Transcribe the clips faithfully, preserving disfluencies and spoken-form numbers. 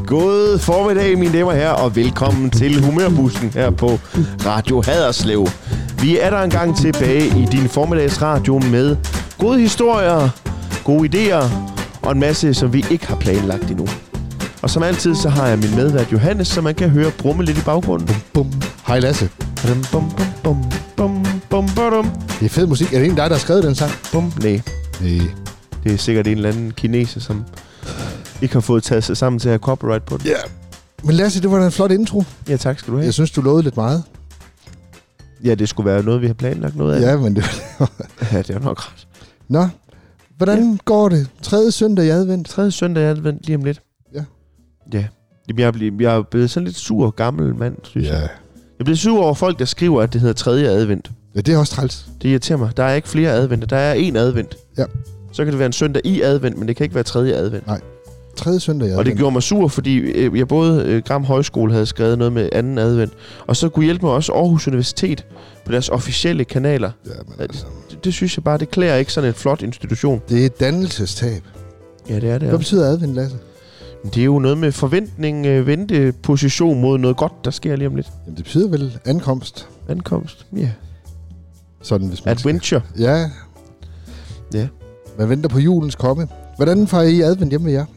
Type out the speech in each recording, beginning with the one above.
God formiddag, mine damer og herrer, og velkommen til Humørbussen her på Radio Haderslev. Vi er der en gang tilbage i din formiddagsradio med gode historier, gode idéer og en masse, som vi ikke har planlagt endnu. Og som altid, så har jeg min medvært Johannes, så man kan høre brumme lidt i baggrunden. Bum, bum. Hej Lasse. Bum, bum, bum, bum, bum, bum. Det er fed musik. Er det en dig, der har skrevet den sang? Bum, nej. Nej. Det er sikkert en eller anden kineser, som ikke har fået taget sig sammen til at have copyright på den. Ja. Yeah. Men Lasse, det var da en flot intro. Ja, tak skal du have. Jeg synes, du lovede lidt meget. Ja, det skulle være noget, vi har planlagt noget af. Ja, men det... ja, det er nok ret. Nå, hvordan ja. går det? Tredje søndag i advent? Tredje søndag i advent, lige om lidt. Ja. Ja. Jeg er, blevet, jeg er blevet sådan lidt sur gammel mand, synes ja. jeg. Jeg bliver sur over folk, der skriver, at det hedder tredje advent. Ja, det er også træls. Det irriterer mig. Der er ikke flere adventer. Der er én advent. Ja. Så kan det være en søndag i advent, men det kan ikke være tredje advent. Nej. Tredje søndag i advent. Og det gjorde mig sur, fordi øh, jeg både øh, Gram Højskole havde skrevet noget med anden advent, og så kunne hjælpe mig også Aarhus Universitet på deres officielle kanaler. Ja, men altså. det, det synes jeg bare, det klæder ikke sådan en flot institution. Det er et dannelsestab. Ja, det er det. Hvad betyder advent, Lasse? Det er jo noget med forventning, øh, venteposition mod noget godt, der sker lige om lidt. Jamen, det betyder vel ankomst. Ankomst, ja. Yeah. Sådan, hvis man Adventure. Skal. Ja. Ja. Man venter på julens komme. Hvordan fejrer I advent hjemme med jer?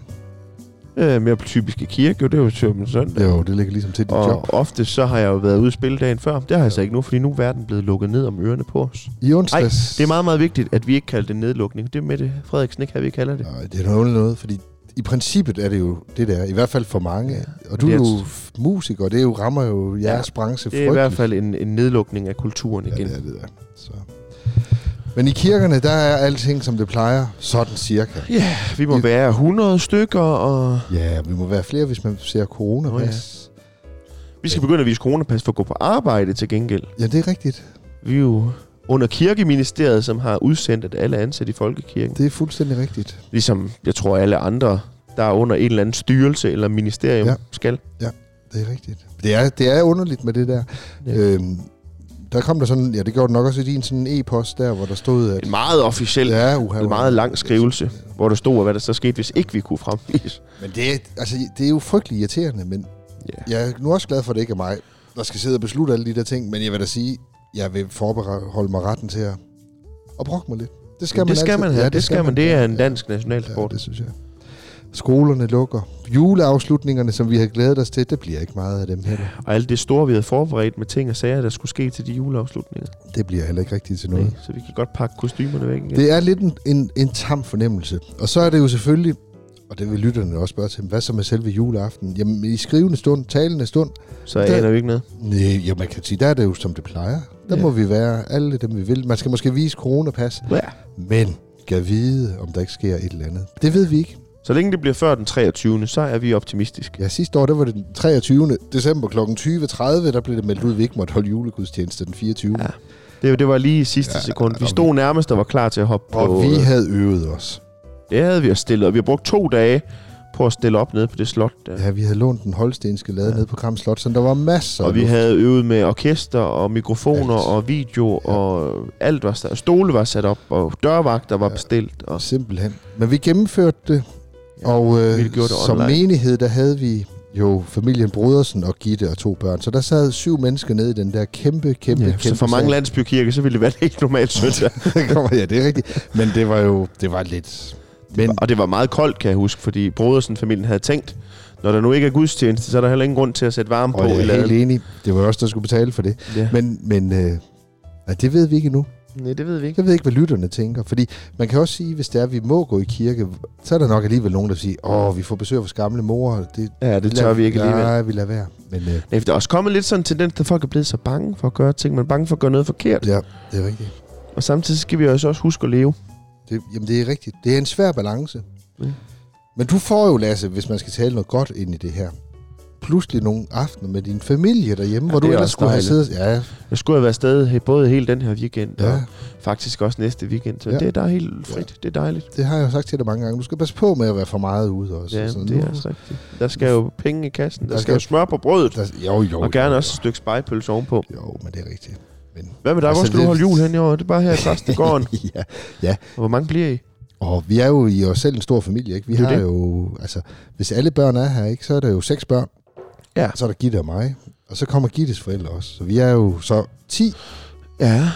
Øh, mere typisk i kirke, jo, det er jo til søndag. Jo, det ligger ligesom til dit og job. Og ofte så har jeg jo været ude at spille dagen før. Det har jeg så ikke nu, fordi nu er verden blevet lukket ned om ørerne på os. I onsdags... Ej, det er meget, meget vigtigt, at vi ikke kalder det nedlukning. Det er Mette Frederiksen ikke, her vi kalder det. Nej, det er noget noget, fordi i princippet er det jo det der, i hvert fald for mange. Ja, og du er jo f- musiker, det er jo, rammer jo jeres ja, branche frygteligt. Det er i hvert fald en, en nedlukning af kulturen igen. Ja, det er det der. Så. Men i kirkerne, der er alting, som det plejer, sådan cirka. Ja, yeah, vi må I, være hundrede stykker, og... Ja, vi må være flere, hvis man ser coronapas. Oh, ja. Vi skal begynde at vise coronapas for at gå på arbejde til gengæld. Ja, det er rigtigt. Vi er jo under Kirkeministeriet, som har udsendt, at alle ansatte i Folkekirken. Det er fuldstændig rigtigt. Ligesom, jeg tror, alle andre, der er under en eller anden styrelse eller ministerium, ja. skal. Ja, det er rigtigt. Det er, det er underligt med det der. Ja. Øhm, der kom der sådan, ja, det gjorde det nok også i din sådan e-post der, hvor der stod... At en meget officiel, ja, uha, en meget lang skrivelse, ja. hvor der stod, hvad der så skete, hvis ikke vi kunne fremvise. Men det er, altså, det er jo frygtelig irriterende, men yeah. jeg er nu også glad for, at det ikke er mig, der skal sidde og beslutte alle de der ting, men jeg vil da sige, jeg vil forbeholde mig retten til at, at brokke mig lidt. Det skal det man skal altid. man have. Ja, det, det skal man. man. Det er en dansk nationalsport. Ja, det synes jeg. Skolerne lukker. Juleafslutningerne, som vi havde glædet os til, det bliver ikke meget af dem her. Og alt det store, vi havde forberedt med ting og sager, der skulle ske til de juleafslutninger. Det bliver heller ikke rigtigt til noget. Nej, så vi kan godt pakke kostymerne væk igen. Det er lidt en, en, en tam fornemmelse. Og så er det jo selvfølgelig, og det vil lytterne også spørge til, hvad så med selve juleaften? Jamen i skrivende stund, talende stund. Så der, aner vi ikke noget? Nej, jo, man kan sige, der er det jo som det plejer. Der ja. må vi være alle dem, vi vil. Man skal måske vise coronapas. Ja. Men kan vide, om der ikke sker et eller andet. Det ved vi ikke. Så længe det bliver før den treogtyvende, så er vi optimistiske. Ja, sidste år, der var det den treogtyvende december klokken tyve tredive, der blev det meldt ud, at vi ikke måtte holde julegudstjeneste den fireogtyvende. Ja. Det, det var lige i sidste ja, sekund. Vi stod vi, nærmest og var klar til at hoppe og på... Og vi havde øvet os. Det havde vi stillet, og vi har brugt to dage på at stille op nede på det slot der. Ja, vi havde lånt den holstenske lade ja. nede på Gram Slot, så der var masser Og vi luft. havde øvet med orkester og mikrofoner alt. og video, ja. og alt var sat. Stole var sat op, og dørvagter var ja. bestilt. Og simpelthen. Men vi gennemførte det, ja, og øh, det som menighed, der havde vi jo familien Brodersen og Gitte og to børn. Så der sad syv mennesker nede i den der kæmpe, kæmpe, ja, kæmpe så for mange sal. Landsbykirker, så ville det være et helt normalt søndag. Ja, det er rigtigt. Men det var jo, det var lidt... Men, og det var meget koldt, kan jeg huske, fordi Brodersen-familien havde tænkt, når der nu ikke er gudstjeneste, så er der heller ingen grund til at sætte varme på. Og jeg er helt enig. Det var også der skulle betale for det. Ja. Men, men øh, ja, det ved vi ikke endnu. Nej, det ved vi ikke. Jeg ved ikke, hvad lytterne tænker. Fordi man kan også sige, hvis det er, at vi må gå i kirke, så er der nok alligevel nogen, der siger, åh, vi får besøg af vores gamle mor. Det, ja, det tør vi ikke alligevel. Nej, vi lader være. Men, øh, Nej, der er også kommet lidt sådan en tendens, at folk er blevet så bange for at gøre ting. Man er bange for at gøre noget forkert. Ja, det er rigtigt. Og samtidig skal vi også huske at leve. Det, jamen, det er rigtigt. Det er en svær balance. Mm. Men du får jo, Lasse, hvis man skal tale noget godt ind i det her, pludselig nogle aftener med din familie derhjemme, ja, hvor du ellers skulle have siddet... Ja. Jeg skulle have været afsted både hele den her weekend, ja. og faktisk også næste weekend. Så ja. det er der helt frit. Ja. Det er dejligt. Det har jeg jo sagt til dig mange gange. Du skal passe på med at være for meget ude også. Ja, sådan. det er også rigtigt. Der skal jo penge i kassen. Der, der skal, skal jo smør på brødet. Der, jo, jo, og gerne jo, også et stykke spegepølse ovenpå. Jo, men det er rigtigt. Men, hvad med dig? Hvor skal det... du holde jul hen i år? Det er bare her i Præstegården. ja, ja. Og hvor mange bliver I? Og vi er jo i os selv en stor familie, ikke? Vi det har det. jo, altså, hvis alle børn er her, ikke, så er der jo seks børn. Ja. Så er der Gitte og mig, og så kommer Gittes forældre også. Så vi er jo så ti. Ja.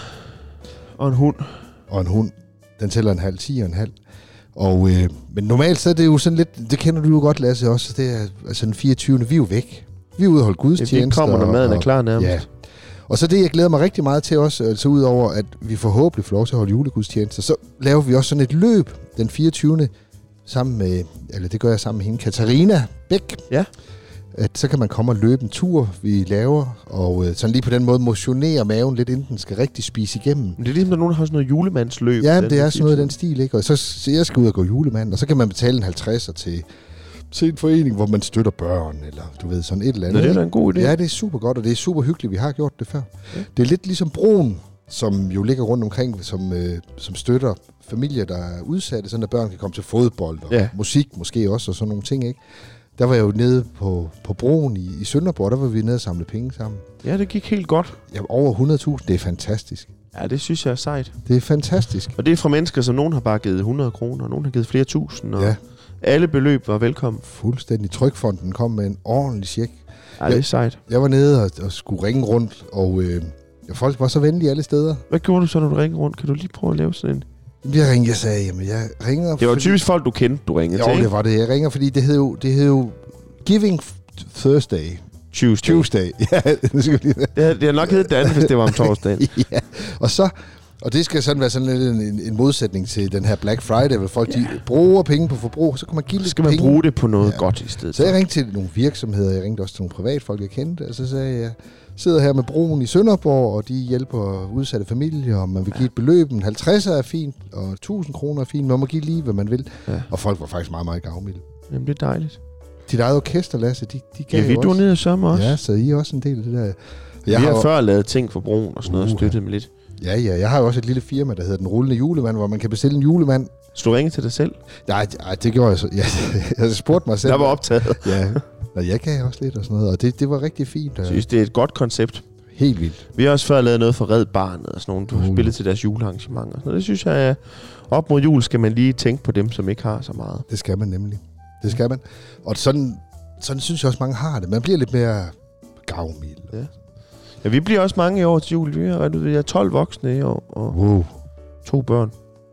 Og en hund. Og en hund, den tæller en halv, ti og en halv. Og, øh, men normalt så er det jo sådan lidt, det kender du jo godt, Lasse, også, det er altså den fireogtyvende vi er jo væk. Vi er ude og holde gudstjenester. Ja, vi kommer, når maden og, er klar nærmest. Ja. Og så det, jeg glæder mig rigtig meget til også, altså udover at vi forhåbentlig får lov til at holde julegudstjenester, så laver vi også sådan et løb den fireogtyvende sammen med, eller det gør jeg sammen med hende, Katarina Bæk. Ja. At så kan man komme og løbe en tur, vi laver, og øh, sådan lige på den måde motionere maven lidt, inden den skal rigtig spise igennem. Men det er ligesom, når nogen har sådan noget julemandsløb. Ja, det er sådan noget af den stil, ikke? Og så, så jeg skal ud og gå julemand, og så kan man betale en halvtredser til, til en forening, hvor man støtter børn, eller du ved, sådan et eller andet. Nå, det er da en god idé. Ja, det er super godt, og det er super hyggeligt, vi har gjort det før. Ja. Det er lidt ligesom Broen, som jo ligger rundt omkring, som, øh, som støtter familier, der er udsatte, sådan at børn kan komme til fodbold, og ja. musik måske også, og sådan nogle ting, ikke? Der var jeg jo nede på, på Broen i, i Sønderborg, der var vi nede og samle penge sammen. Ja, det gik helt godt. Ja, over hundrede tusind, det er fantastisk. Ja, det synes jeg er sejt. Det er fantastisk. Og det er fra mennesker, som nogen har bare givet hundrede kroner, og nogen har givet flere tusind, og ja. alle beløb var velkommen. Fuldstændig. Trykfonden kom med en ordentlig check. Ja, det er sejt. Jeg var nede og, og skulle ringe rundt, og øh, folk var så venlige alle steder. Hvad gjorde du så, når du ringede rundt? Kan du lige prøve at lave sådan en? Jeg ringede, jeg sagde, jamen jeg ringer... Det var fordi... typisk folk, du kendte, du ringede jo, til, Jo, ikke? det var det. Jeg ringer, fordi det hed jo, det hed jo Giving Thursday. Tuesday. Tuesday. Ja, det skal lige... Ja, det har nok heddet det andet, hvis det var om torsdagen. Ja, og så... Og det skal sådan være sådan lidt en, en modsætning til den her Black Friday, hvor folk ja. de bruger penge på forbrug, så kan man give lidt skal man penge. bruge det på noget ja. godt i stedet. Så jeg ringte til nogle virksomheder, jeg ringte også til nogle privatfolk, jeg kendte, og så sagde jeg, jeg sidder her med Broen i Sønderborg, og de hjælper udsatte familier, og man vil give et beløb, en halvtredser er fint, og tusind kroner er fint, man må give lige, hvad man vil. Ja. Og folk var faktisk meget, meget gavmilde. Jamen, det er dejligt. Dit eget orkester, Lasse, de, de gav ja, vi donerede sommer også. Ja, så I er også en del af det der. Jeg vi har, har før lavet ting for Broen og sådan noget, uh, støttet med lidt. Ja, ja. Jeg har jo også et lille firma, der hedder Den Rullende Julemand, hvor man kan bestille en julemand. Så du ringede til dig selv? Nej, nej, det gjorde jeg så. Jeg, jeg spurgte mig selv. Der var optaget. Ja, og jeg gav også lidt og sådan noget, og det, det var rigtig fint. Jeg synes, det er et godt koncept. Helt vildt. Vi har også før lavet noget for Red Barnet og sådan nogle, du har uh. spillet til deres julearrangementer. Så det synes jeg, op mod jul skal man lige tænke på dem, som ikke har så meget. Det skal man nemlig. Det skal man. Og sådan, sådan synes jeg også, mange har det. Man bliver lidt mere gavmild. Ja. Ja, vi bliver også mange i år til jul. Vi er tolv voksne i år, og wow. to børn.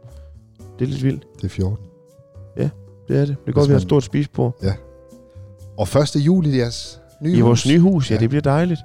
Det er lidt vildt. Det er fjorten. Ja, det er det. Det går, vi har et stort spisbord. Ja. Og første jul i jeres nye I hus. vores nye hus, ja, ja. Det bliver dejligt.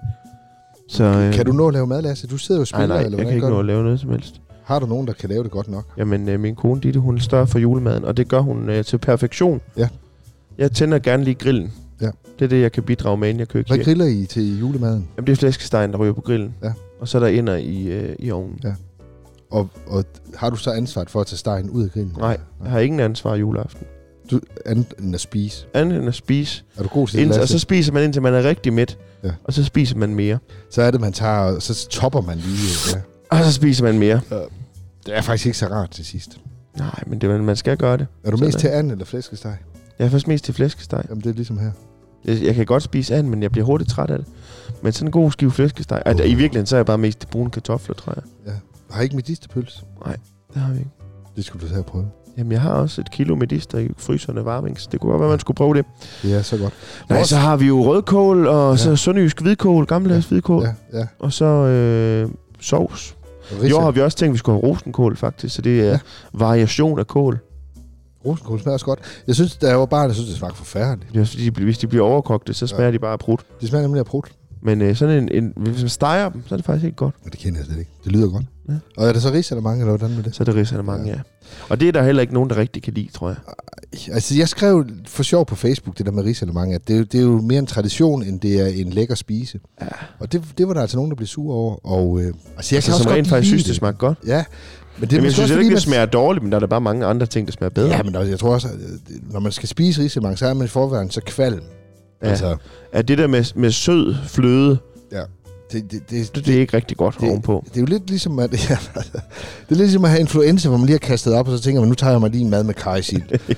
Så, øh... Kan du nå at lave mad, Lasse? Du sidder jo og spiller, nej, nej, eller jeg kan ikke nå at lave noget som helst. Har du nogen, der kan lave det godt nok? Jamen, øh, min kone Ditte, hun er større for julemaden, og det gør hun øh, til perfektion. Ja. Jeg tænder gerne lige grillen. Ja. Det er det, jeg kan bidrage med, inden jeg køber. Hvad griller I til julemaden? Jamen, det er flæskestegen, der ryger på grillen. Ja. Og så er der ender i, øh, i ovnen. Ja. Og, og har du så ansvaret for at tage stegen ud af grillen? Nej, jeg har ingen ansvar juleaften. Du, andet end at spise? Andet end at spise. Er du god til Indtil, det, og så spiser man, indtil man er rigtig mæt. Ja. Og så spiser man mere. Så er det, man tager, så topper man lige. Ja. Og så spiser man mere. Ja. Det er faktisk ikke så rart til sidst. Nej, men det, man skal gøre det. Er du sådan mest til and eller flæskesteg? Jeg er først mest til flæskesteg. Jamen, det er ligesom her. Jeg, jeg kan godt spise and, men jeg bliver hurtigt træt af det. Men sådan en god skive flæskesteg. Uh. I virkeligheden, så er jeg bare mest til brune kartofler, tror jeg. Ja. Har I ikke medisterpølse? Nej, det har vi ikke. Det skulle du tage at prøve. Jamen, jeg har også et kilo medister i fryserne varmings. Det kunne godt være, man skulle prøve det. Ja, så godt. Nej, Vores... så har vi jo rødkål, og ja. så sønderjysk hvidkål, gammeldags ja. hvidkål. Ja, ja. Og så øh, sovs. I år har vi også tænkt, at vi skulle have rosenkål, faktisk. Så det er ja. variation af kål. Rosenkål smager også godt. Jeg synes, da jeg var barn, jeg synes, det smagte forfærdeligt. Det er også, fordi, hvis de bliver overkogte, så smager ja. de bare af prut. De smager nemlig af prut. Men øh, sådan en, en, hvis man steger dem, så er det faktisk ikke godt. Men det kender jeg slet ikke. Det lyder godt. Ja. Og er det så risalemang, eller hvordan med det? Så er det risalemang, ja. ja. Og det er der heller ikke nogen, der rigtig kan lide, tror jeg. Altså, jeg skrev for sjov på Facebook, det der med risalemang, at det, det er jo mere en tradition, end det er en lækker spise. Ja. Og det, det var der altså nogen, der blev sure over. Og, øh, altså, jeg altså, kan som også rent faktisk synes, det smagte godt. Ja. Men det Jamen, jeg synes også, ikke, det man... smager dårligt, men der er der bare mange andre ting, der smager bedre. Ja, men jeg tror også, at når man skal spise risalemang, så er man i forvejen så kvalm. Ja. Altså, at det der med, med sød fløde, ja. Det, det, det, det, det er ikke rigtig godt det, ovenpå. Det er jo lidt ligesom at, ja, det er lidt ligesom at have influenza, hvor man lige har kastet op, og så tænker man, nu tager jeg mig lige en mad med kajsild.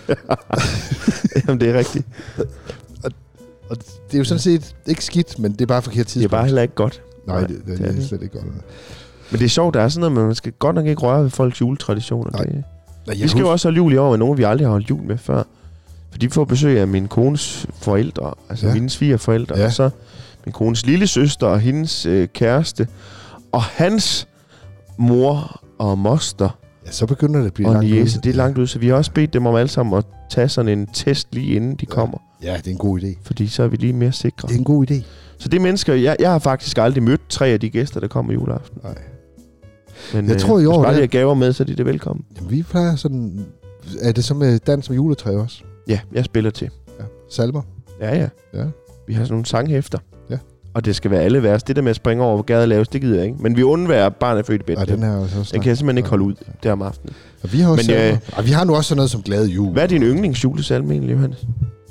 Jamen, det er rigtigt. og, og det er jo sådan set ikke skidt, men det er bare forkert tidspunkt. Det er bare heller ikke godt. Nej, det, det, det, det er slet ikke godt. Men det er sjovt, der er sådan noget, men man skal godt nok ikke røre ved folks juletraditioner. Nej. Det, Ja, vi skal jo også holde jul i år med nogen, vi aldrig har holdt jul med før. For de får besøg af min kones forældre, altså ja. mine svigerforældre, ja. og så min kones lille søster og hendes øh, kæreste, og hans mor og moster. Ja, så begynder det at blive og langt niece, ud. det er langt ud, så vi har også bedt dem om alle sammen at tage sådan en test lige inden de ja. kommer. Ja, det er en god idé. Fordi så er vi lige mere sikre. Det er en god idé. Så det mennesker, jeg, jeg har faktisk aldrig mødt tre af de gæster, der kommer juleaften. Nej. Men jeg øh, tror i år, hvis bare det... de har gaver med, så er de det velkommen. Jamen, vi plejer sådan... Er det så med dans med juletræ også? Ja, jeg spiller til. Ja. Salmer? Ja, ja. Ja. Vi har sådan nogle sanghæfter. Ja. Og det skal være alle vers. Det der med at springe over, hvor gader laves, det gider jeg ikke. Men vi undværer barn er født i bed. Ja, den, her også den kan jeg simpelthen ikke holde ud ja. der om aftenen. Og vi har også Men, øh, og vi har nu også sådan noget som Glade Jul. Hvad er din yndlingsjulesalme egentlig, Johannes?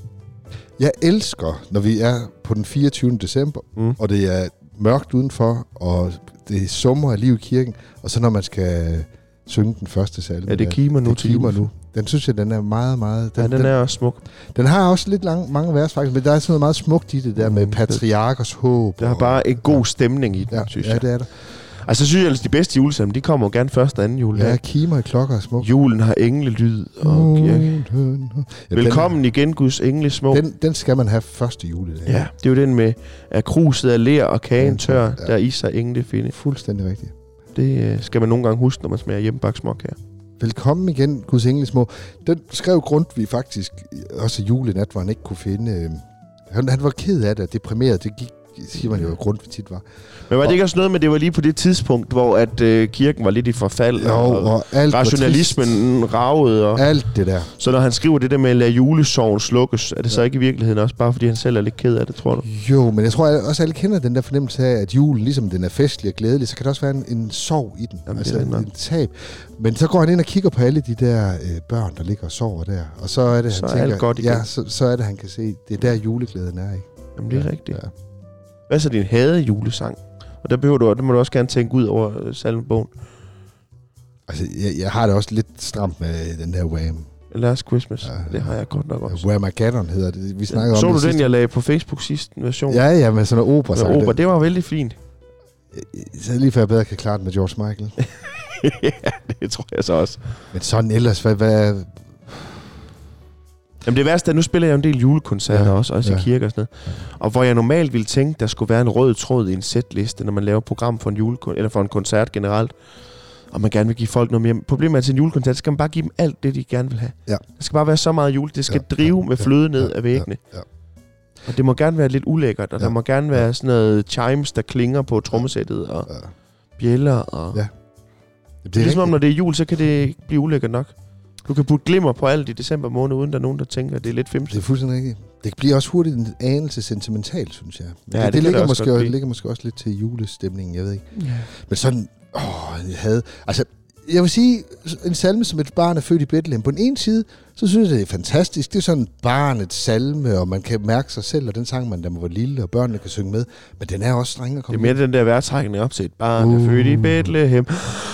Jeg elsker, når vi er på den fireogtyvende december, mm. og det er mørkt udenfor, og det er sommer af liv i kirken, og så når man skal synge den første salme. Ja, det kimer nu det til kimer jul. Nu. Den synes jeg, den er meget, meget... Den, ja, den, den er også smuk. Den har også lidt lang, mange vers faktisk, men der er sådan noget meget smukt i det der med patriarkers håb. Der er bare en god stemning i den, ja, synes ja, jeg. Ja, det er der. Altså, synes jeg, at de bedste julesalmer, de kommer jo gerne første og anden jul. Ja, kimer i klokker er smukt. Julen har englelyd og kirke. Ja, velkommen den, igen, Guds engle små. Den, den skal man have første juledag. Ja, det er jo den med, at kruset er ler og kagen ja, tør, ja. der i sig engle finde. Fuldstændig rigtigt. Det skal man nogle gange huske, når man smager hjemmebagt småkager. Velkommen igen, Guds engle små. Den skrev Grundtvig faktisk også julenat, hvor han ikke kunne finde... Han, han var ked af det og deprimeret. Det gik, siger man jo, at Grundtvig tit var. Men var det ikke også noget med, det var lige på det tidspunkt, hvor at øh, kirken var lidt i forfald, jo, og, og alt rationalismen ragede? Og alt det der. Så når han skriver det der med at lade julesorgen slukkes, er det ja. så ikke i virkeligheden også bare, fordi han selv er lidt ked af det, tror du? Jo, men jeg tror også, alle kender den der fornemmelse af, at julen, ligesom den er festlig og glædelig, så kan der også være en, en sorg i den. Jamen, altså en, en tab. Men så går han ind og kigger på alle de der øh, børn, der ligger og sover der. Og så er det, så han er tænker, godt igen. ja, så, så er det, han kan se, det er der juleglæden er, ikke? Jamen, det er ja, rigtigt. Ja. Hvad er så din hade julesang? Og der behøver du, det må du også gerne tænke ud over salmebogen. Altså, jeg, jeg har det også lidt stramt med den der Wham. Last Christmas, ja, det har jeg godt nok også. Whamageddon hedder det. Vi snakkede så om du det den, sidste. jeg lagde på Facebook sidste version? Ja, ja, med sådan noget opera. Med opera, det var vældig fint. Så lige før jeg bedre kan klare det med George Michael. Ja, det tror jeg så også. Men sådan ellers, hvad... hvad Jamen det værste er, at nu spiller jeg en del julekoncerter ja, også, også ja. i kirke og sådan noget. Og hvor jeg normalt ville tænke, der skulle være en rød tråd i en setliste, når man laver et program for en, julekon- eller for en koncert generelt, og man gerne vil give folk noget mere. Problemet er, at til en julekoncert, så skal man bare give dem alt det, de gerne vil have. Ja. Der skal bare være så meget jul. Det skal ja, drive ja, med fløde ned ja, af væggene. Ja, ja. Og det må gerne være lidt ulækkert, og ja, der må gerne være sådan noget chimes, der klinger på trommesættet, og ja. bjæller. Og ja. Det er, det er ligesom om, når det er jul, så kan det ikke blive ulækkert nok. Du kan putte glimmer på alt i december måned, uden der er nogen, der tænker, at det er lidt femte. Det er fuldstændig rigtigt. Det bliver også hurtigt en anelse sentimentalt, synes jeg. Ja, det, det, det, ligger det måske, det ligger måske også lidt til julestemningen, jeg ved ikke. Ja. Men sådan, åh, jeg havde... Altså, jeg vil sige, en salme som et barn er født i Bethlehem. På den ene side, så synes jeg, det er fantastisk. Det er sådan barnets salme, og man kan mærke sig selv, og den sang man, da man var lille, og børnene kan synge med. Men den er også streng at komme Det er mere den der værtrækning op til et barn uh. er født i Bethlehem.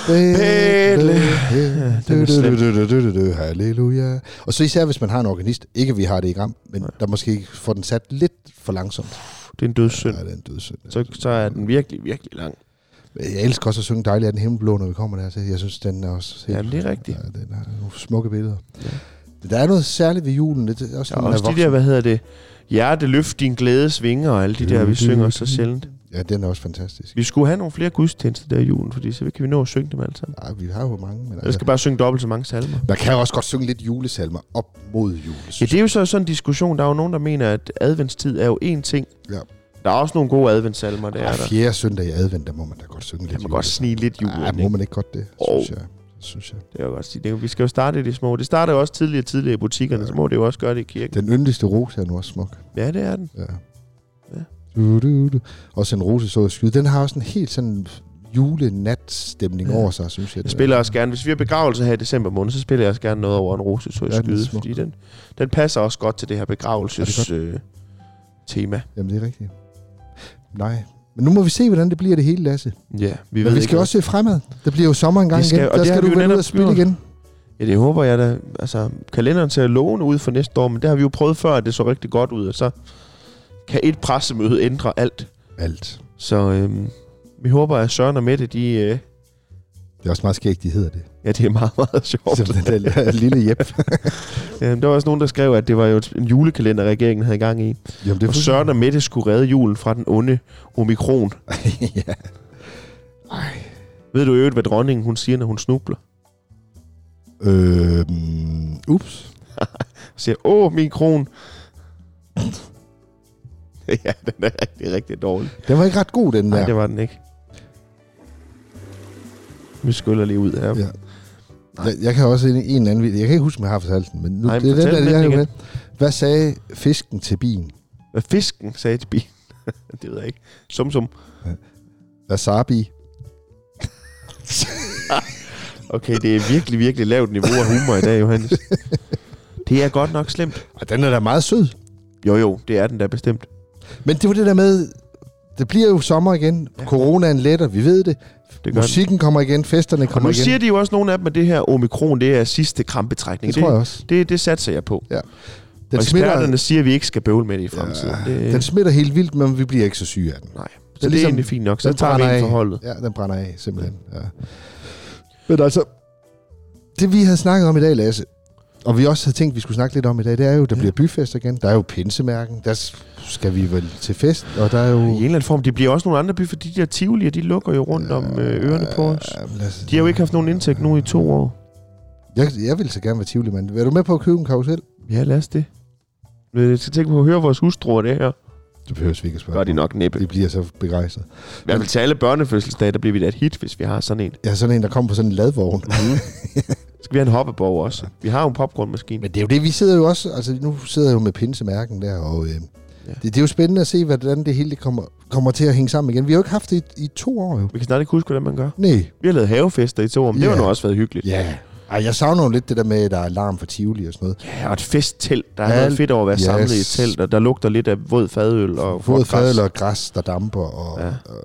Bethlehem. Halleluja. Og så især, hvis man har en organist. Ikke, at vi har det i gram, men der måske får den sat lidt for langsomt. Det er en dødssynd. Ja, det er en dødssynd. Så, så er den virkelig, virkelig lang. Jeg elsker også at synge Dejlig er den himmelblå, når vi kommer der til. Jeg synes, den er også... Helt, ja, det er rigtigt. Ja, den har nogle smukke billeder. Ja. Der er noget særligt ved julen. Det er også, ja, også de der, hvad hedder det, hjerte, løft din glædes vinger, og alle de der, vi synger så sjældent. Ja, den er også fantastisk. Vi skulle have nogle flere gudstjenester der i julen, fordi så kan vi nå at synge dem alle sammen. Nej, vi har jo mange. Men jeg altså, skal bare synge dobbelt så mange salmer. Man kan jo også godt synge lidt julesalmer op mod jule. Ja, det er jo så sådan en diskussion. Der er jo nogen, der mener, at adventstid er jo én ting. Ja. Der er også nogle gode adventssalmer, der er der. Fjerde søndag i advent, der må man da godt synge lidt jule. Man godt snige lidt jule. Nej, må man ikke godt det, oh. synes jeg. Synes jeg. Det er jo godt sige. Det er jo, vi skal jo starte i de små. Det starter jo også tidligere tidligere i butikkerne, ja. Så må det jo også gøre det i kirken. Den yndigste rose er nu også smuk. Ja, det er den. Ja. Ja. Du, du, du. Også en rose så skyde. Den har også en helt sådan julenatstemning ja. over sig, synes jeg. Jeg spiller også gerne, hvis vi har begravelse her i december måned, så spiller jeg også gerne noget over en rose så skyde, ja, fordi den, den passer også godt til det her begravelses øh, tema. Jamen, det er rigtigt. Nej. Men nu må vi se, hvordan det bliver det hele, Lasse. Ja, vi Men ved vi skal ikke også se fremad. Der bliver jo sommer en gang skal, igen. Og der skal du vel ud og spille igen. Ja, det håber jeg da. Altså, kalenderen ser lovende ud for næste år, men det har vi jo prøvet før, at det så rigtig godt ud, og så kan et pressemøde ændre alt. Alt. Så øhm, vi håber, at Søren og Mette, de, øh, Det er også meget skægt, de hedder det. Ja, det er meget, meget sjovt. Som den der lille jep. Ja, der var også nogen, der skrev, at det var jo en julekalender, regeringen havde gang i. Jamen, det og Søren og Mette skulle redde julen fra den onde omikron. Ja. Ej. Ved du øvrigt, hvad dronningen hun siger, når hun snubler? Øh, ups. Siger, åh, omikron. Ja, den er rigtig, rigtig dårlig. Den var ikke ret god, den der. Nej, det var den ikke. Vi skyller lige ud her. Ja. Jeg, jeg kan også en, en anden video. Jeg kan ikke huske, om jeg har fortalt den, men nu, Nej, det er den, den der, jeg igen. med. Hvad sagde fisken til bien? Hvad fisken sagde til bilen? Det ved jeg ikke. Sum sum. Wasabi. Okay, det er virkelig, virkelig lavt niveau af humor i dag, Johannes. Det er godt nok slemt. Og den er da meget sød. Jo, jo, det er den da bestemt. Men det var det der med, det bliver jo sommer igen. Ja. Coronaen letter, vi ved det. det Musikken den. kommer igen, festerne kommer igen. Og nu igen. Siger de jo også nogle af dem, at det her omikron, det er sidste krampetrækning. Det tror jeg også. Det, det satser jeg på. Ja. Den og smitter, eksperterne siger, at vi ikke skal bøvle med det i fremtiden. Ja, det, den smitter helt vildt, men vi bliver ikke så syge af den. Nej, så det er, det er egentlig fint nok. Så tager vi ind for holdet. Ja, den brænder af, simpelthen. Ja. Men altså, det vi havde snakket om i dag, Lasse, og vi også havde tænkt, at vi skulle snakke lidt om i dag, det er jo, der ja. bliver byfest igen. Der er jo pinsemærken. Der skal vi vel til fest, og der er jo... I en eller anden form. Det bliver også nogle andre by, fordi de der tivolier, de lukker jo rundt ja, om ørerne på os. Ja, os. De har jo ikke haft nogen indtægt nu i to år. Jeg, jeg vil så gerne være tivoli, mand. Er du med på at købe en karusel? Ja, lad os det. Jeg skal tænke på at høre vores hustruer det her. Det behøver vi ikke at spørge. Gør de nok næppe. De bliver så begejstret. I hvert fald til alle børnefødselsdage, der bliver vi da et hit, hvis vi har sådan en. Ja, sådan en, der kommer på sådan en ladvogn. Mm. Skal vi have en hoppeborg også? Vi har jo en popcornmaskine. Men det er jo det, vi sidder jo også... Altså, nu sidder jeg jo med pinsemærken der, og... Øh, ja. det, det er jo spændende at se, hvordan det hele det kommer, kommer til at hænge sammen igen. Vi har jo ikke haft det i, i to år, jo. Vi kan snart ikke huske, hvordan man gør. Nej. Vi har lavet havefester i to år, men ja. det har nu også været hyggeligt. Ja. Ej, jeg savner jo lidt det der med, at der er alarm for tivoli og sådan noget. Ja, og et festtelt. Der er noget fedt over at være yes. samlet i et telt, og der lugter lidt af våd fadøl og våd fadøl og græs, der damper. Og, ja. og...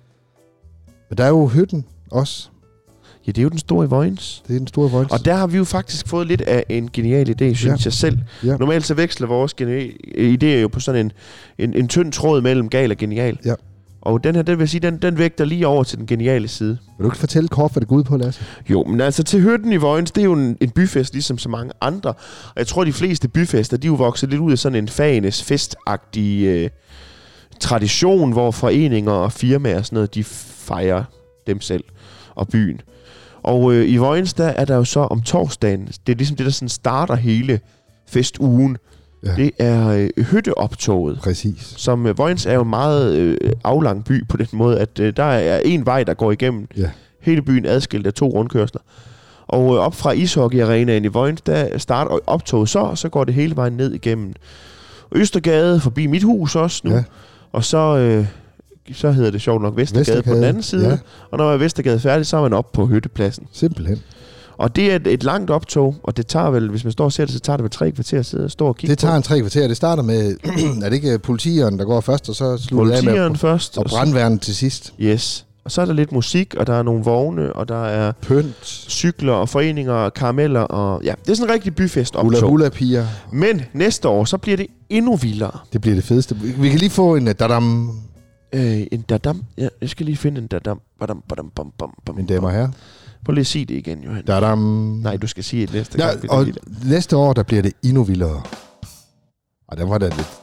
Men der er jo hytten også. Ja, det er jo den store i Vojens. Det er den store i Vojens. Og der har vi jo faktisk fået lidt af en genial idé, synes ja. jeg selv. Ja. Normalt så veksler vores genial- idéer jo på sådan en, en, en tynd tråd mellem gal og genial. Ja. Og den her, den vil sige, den, den vægter lige over til den geniale side. Vil du ikke fortælle kort, hvad det går ud på, Lasse? Jo, men altså til Hytten i Vojens, det er jo en, en byfest, ligesom så mange andre. Og jeg tror, de fleste byfester, de er jo vokset lidt ud af sådan en fagenes festagtig øh, tradition, hvor foreninger og firmaer og sådan noget, de fejrer dem selv og byen. Og øh, i Vojens, der er der jo så om torsdagen, det er ligesom det, der sådan starter hele festugen. Ja. Det er øh, hytteoptoget. Præcis. Som øh, Vojens er jo en meget øh, aflang by på den måde, at øh, der er en vej, der går igennem ja. hele byen adskilt af to rundkørsler. Og øh, op fra ishockeyarenaen i Vojens, der starter optoget så, og så går det hele vejen ned igennem Østergade, forbi mit hus også nu. Ja. Og så, øh, så hedder det sjovt nok Vestergade, Vestergade på den anden side. Ja. Og når man er Vestergade færdig, så er man op på hyttepladsen. Simpelthen. Og det er et, et langt optog, og det tager vel, hvis man står og ser det, så tager det vel tre kvarter at sidde og stå og kigge Det tager på. en tre kvarter. Det starter med, er det ikke politieren, der går først, og så slutter af med først, og brandværnet til sidst. Yes. Og så er der lidt musik, og der er nogle vogne, og der er pynt, cykler og foreninger og karameller, og ja, det er sådan en rigtig byfest optog. Hula hula piger. Men næste år, så bliver det endnu vildere. Det bliver det fedeste. Vi kan lige få en dadam. Øh, en dadam? Ja, jeg skal lige finde en dadam. Badam, badam, bam, bam, bam. Mine damer og herrer. Prøv lige at sige det igen, Johan. Dadam. Nej, du skal sige det næste ja, gang. Og næste år, der bliver det endnu vildere. Og der var der lidt...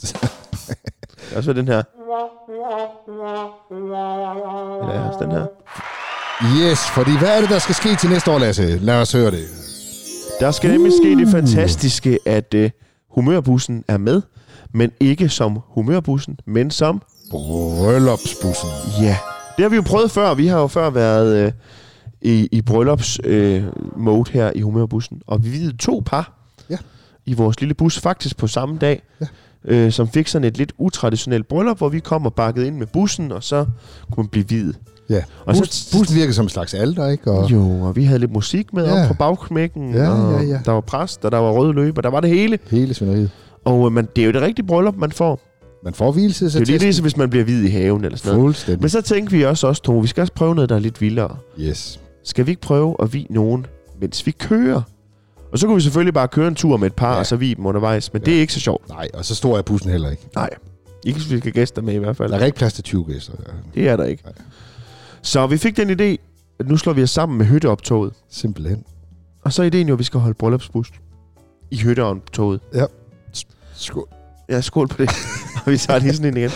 Og så den her. Eller også den her. Yes, fordi hvad er det, der skal ske til næste år, Lasse? Lad os høre det. Der skal nemlig uh. ske det fantastiske, at uh, humørbussen er med, men ikke som humørbussen, men som... bryllupsbussen. Ja, det har vi jo prøvet før. Vi har jo før været uh, i, i bryllups-mode uh, her i humørbussen, og vi videde to par ja. i vores lille bus, faktisk på samme dag. Ja. Øh, som fik sådan et lidt utraditionelt bryllup, hvor vi kom og bakkede ind med bussen, og så kunne man blive videt. Ja, og Bus, så, bussen virker som en slags alter, ikke? Og jo, og vi havde lidt musik med ja. op på bagkmækken, ja, og ja, ja. der var præst, og der var røde løber, der var det hele. Hele svineriet. Og man, det er jo det rigtige bryllup, man får. Man får hvilesesattesten. Det er jo lige ligesom, hvis man bliver hvid i haven eller sådan noget. Fuldstændig. Men så tænkte vi også også, Tove, vi skal også prøve noget, der er lidt vildere. Yes. Skal vi ikke prøve at vie nogen, mens vi kører? Og så kunne vi selvfølgelig bare køre en tur med et par, ja. og så vie dem undervejs. Men ja. det er ikke så sjovt. Nej, og så stor er bussen heller ikke. Nej. Ikke hvis vi skal gæster med i hvert fald. Der er ikke plads til tyve gæster. Ja. Det er der ikke. Nej. Så vi fik den idé, at nu slår vi os sammen med hytteoptoget. Simpelthen. Og så er ideen jo, at vi skal holde bryllupsbus i hytteoptoget. Ja. Skål. Ja, skål på det. Og vi tager lige sådan en igen.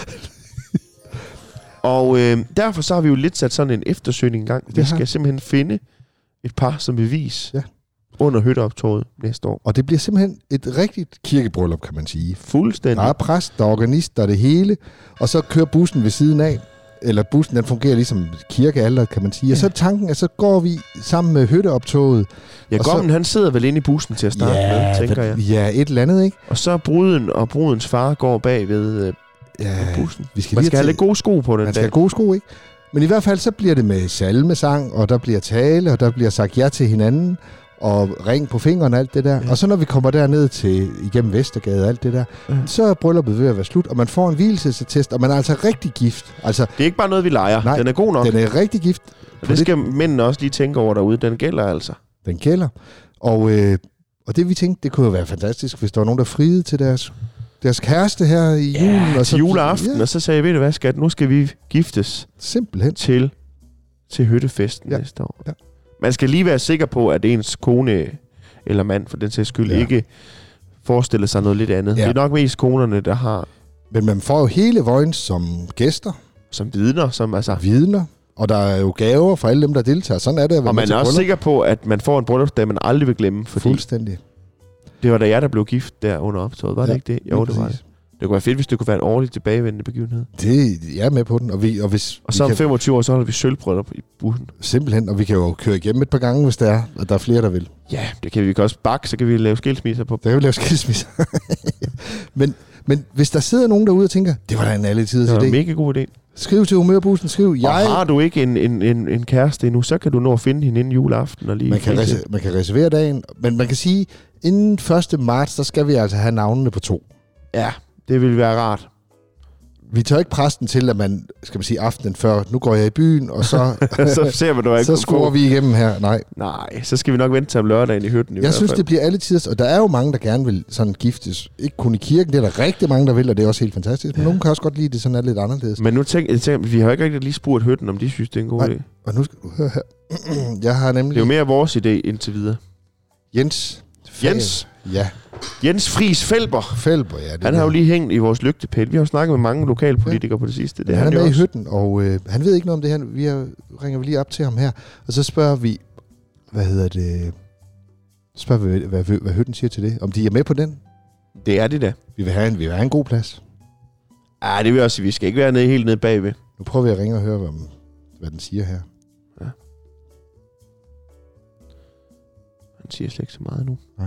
Og øh, derfor så har vi jo lidt sat sådan en eftersøgning i gang. Vi skal simpelthen finde et par som bevis ja. under hytteoptoget næste år. Og det bliver simpelthen et rigtigt kirkebryllup, kan man sige. Fuldstændig. Der er præst, der er organist, der er det hele. Og så kører bussen ved siden af. Eller bussen, den fungerer ligesom kirkealder, kan man sige. Ja. Og så er tanken, at så går vi sammen med hytteoptoget. Ja, Gommen, han sidder vel inde i bussen til at starte ja, med, tænker jeg. Ja, et eller andet, ikke? Og så bruden og brudens far går bag ved øh, ja, bussen. Vi skal man skal have lidt gode sko på den Man skal dag. have gode sko, ikke? Men i hvert fald, så bliver det med salmesang, og der bliver tale, og der bliver sagt ja til hinanden, og ring på fingeren og alt det der. Ja. Og så når vi kommer derned til igennem Vestergade og alt det der, ja. så er brylluppet ved at være slut, og man får en vielsesattest, og man er altså rigtig gift. Altså, det er ikke bare noget, vi leger. Nej, den er god nok. Den er rigtig gift. Og det skal det, mændene også lige tænke over derude. Den gælder altså. Den gælder. Og, øh, og det vi tænkte, det kunne jo være fantastisk, hvis der var nogen, der friede til deres, deres kæreste her i ja, julen. Og så, juleaften, ja. og så sagde jeg, ved du hvad, skat, nu skal vi giftes. Simpelthen. Til, til hyttefesten ja. næste år. Ja. Man skal lige være sikker på, at ens kone eller mand, for den sags skyld, ja. ikke forestiller sig noget lidt andet. Ja. Det er nok mest konerne, der har... Men man får jo hele Vojens som gæster. Som vidner. Som altså... Vidner. Og der er jo gaver for alle dem, der deltager. Sådan er det. Og man er også sikker på, at man får en bryllupsdag, man aldrig vil glemme. Fordi fuldstændig. Det var da jeg, der blev gift der under optoget. Var ja, det ikke det? Jo, det var det. Det kunne være fedt, hvis det kunne være en årlig tilbagevendende begivenhed. Det jeg er med på den. Og, vi, og, hvis og så om femogtyve år, så holder vi sølvbryllup i bussen. Simpelthen. Og vi kan jo køre igennem et par gange, hvis der er, og der er flere, der vil. Ja, det kan vi også bakke, så kan vi lave skilsmisser på. Der kan vi lave skilsmisser. men, men hvis der sidder nogen derude og tænker, det var da en alle tiders idé. Det var en mega god idé. Skriv til Humørbussen, skriv. Jeg... Og har du ikke en, en, en, en kæreste endnu, så kan du nå at finde hende inden juleaften. Og lige man, kan res- man kan reservere dagen, men man kan sige, inden første marts, der skal vi altså have navnene på to. Ja, det vil være rart. Vi tager ikke præsten til, at man, skal man sige, aftenen før, nu går jeg i byen, og så, så ser man, du ikke så skruer vi igennem her. Nej. Nej, så skal vi nok vente til om lørdagen i hytten. I jeg synes, det bliver alle tider, og der er jo mange, der gerne vil sådan giftes. Ikke kun i kirken, det er der rigtig mange, der vil, og det er også helt fantastisk. Men ja. nogen kan også godt lide, det sådan er lidt anderledes. Men nu tænker jeg, tænker, vi har ikke rigtig lige spurgt hytten, om de synes, det er en god Nej. idé. Og nu skal du høre her. Jeg har nemlig... Det er jo mere vores idé indtil videre. Jens. Jens? Ja. Jens Friis Felber. Felber, ja. Det han har jo lige hængt i vores lygtepæl. Vi har jo snakket med mange lokalpolitikere ja. på det sidste. Det han, han er med også. i hytten, og øh, han ved ikke noget om det her. Vi har, ringer vi lige op til ham her, og så spørger vi, hvad hedder det, spørger vi, hvad, hvad, hvad hytten siger til det. Om de er med på den? Det er det da. Vi vil have en, vi vil have en god plads. Ja, det vil også sige, vi skal ikke være nede, helt nede bagved. Nu prøver vi at ringe og høre, hvad, hvad den siger her. Ja. Han siger slet ikke så meget nu. Nej.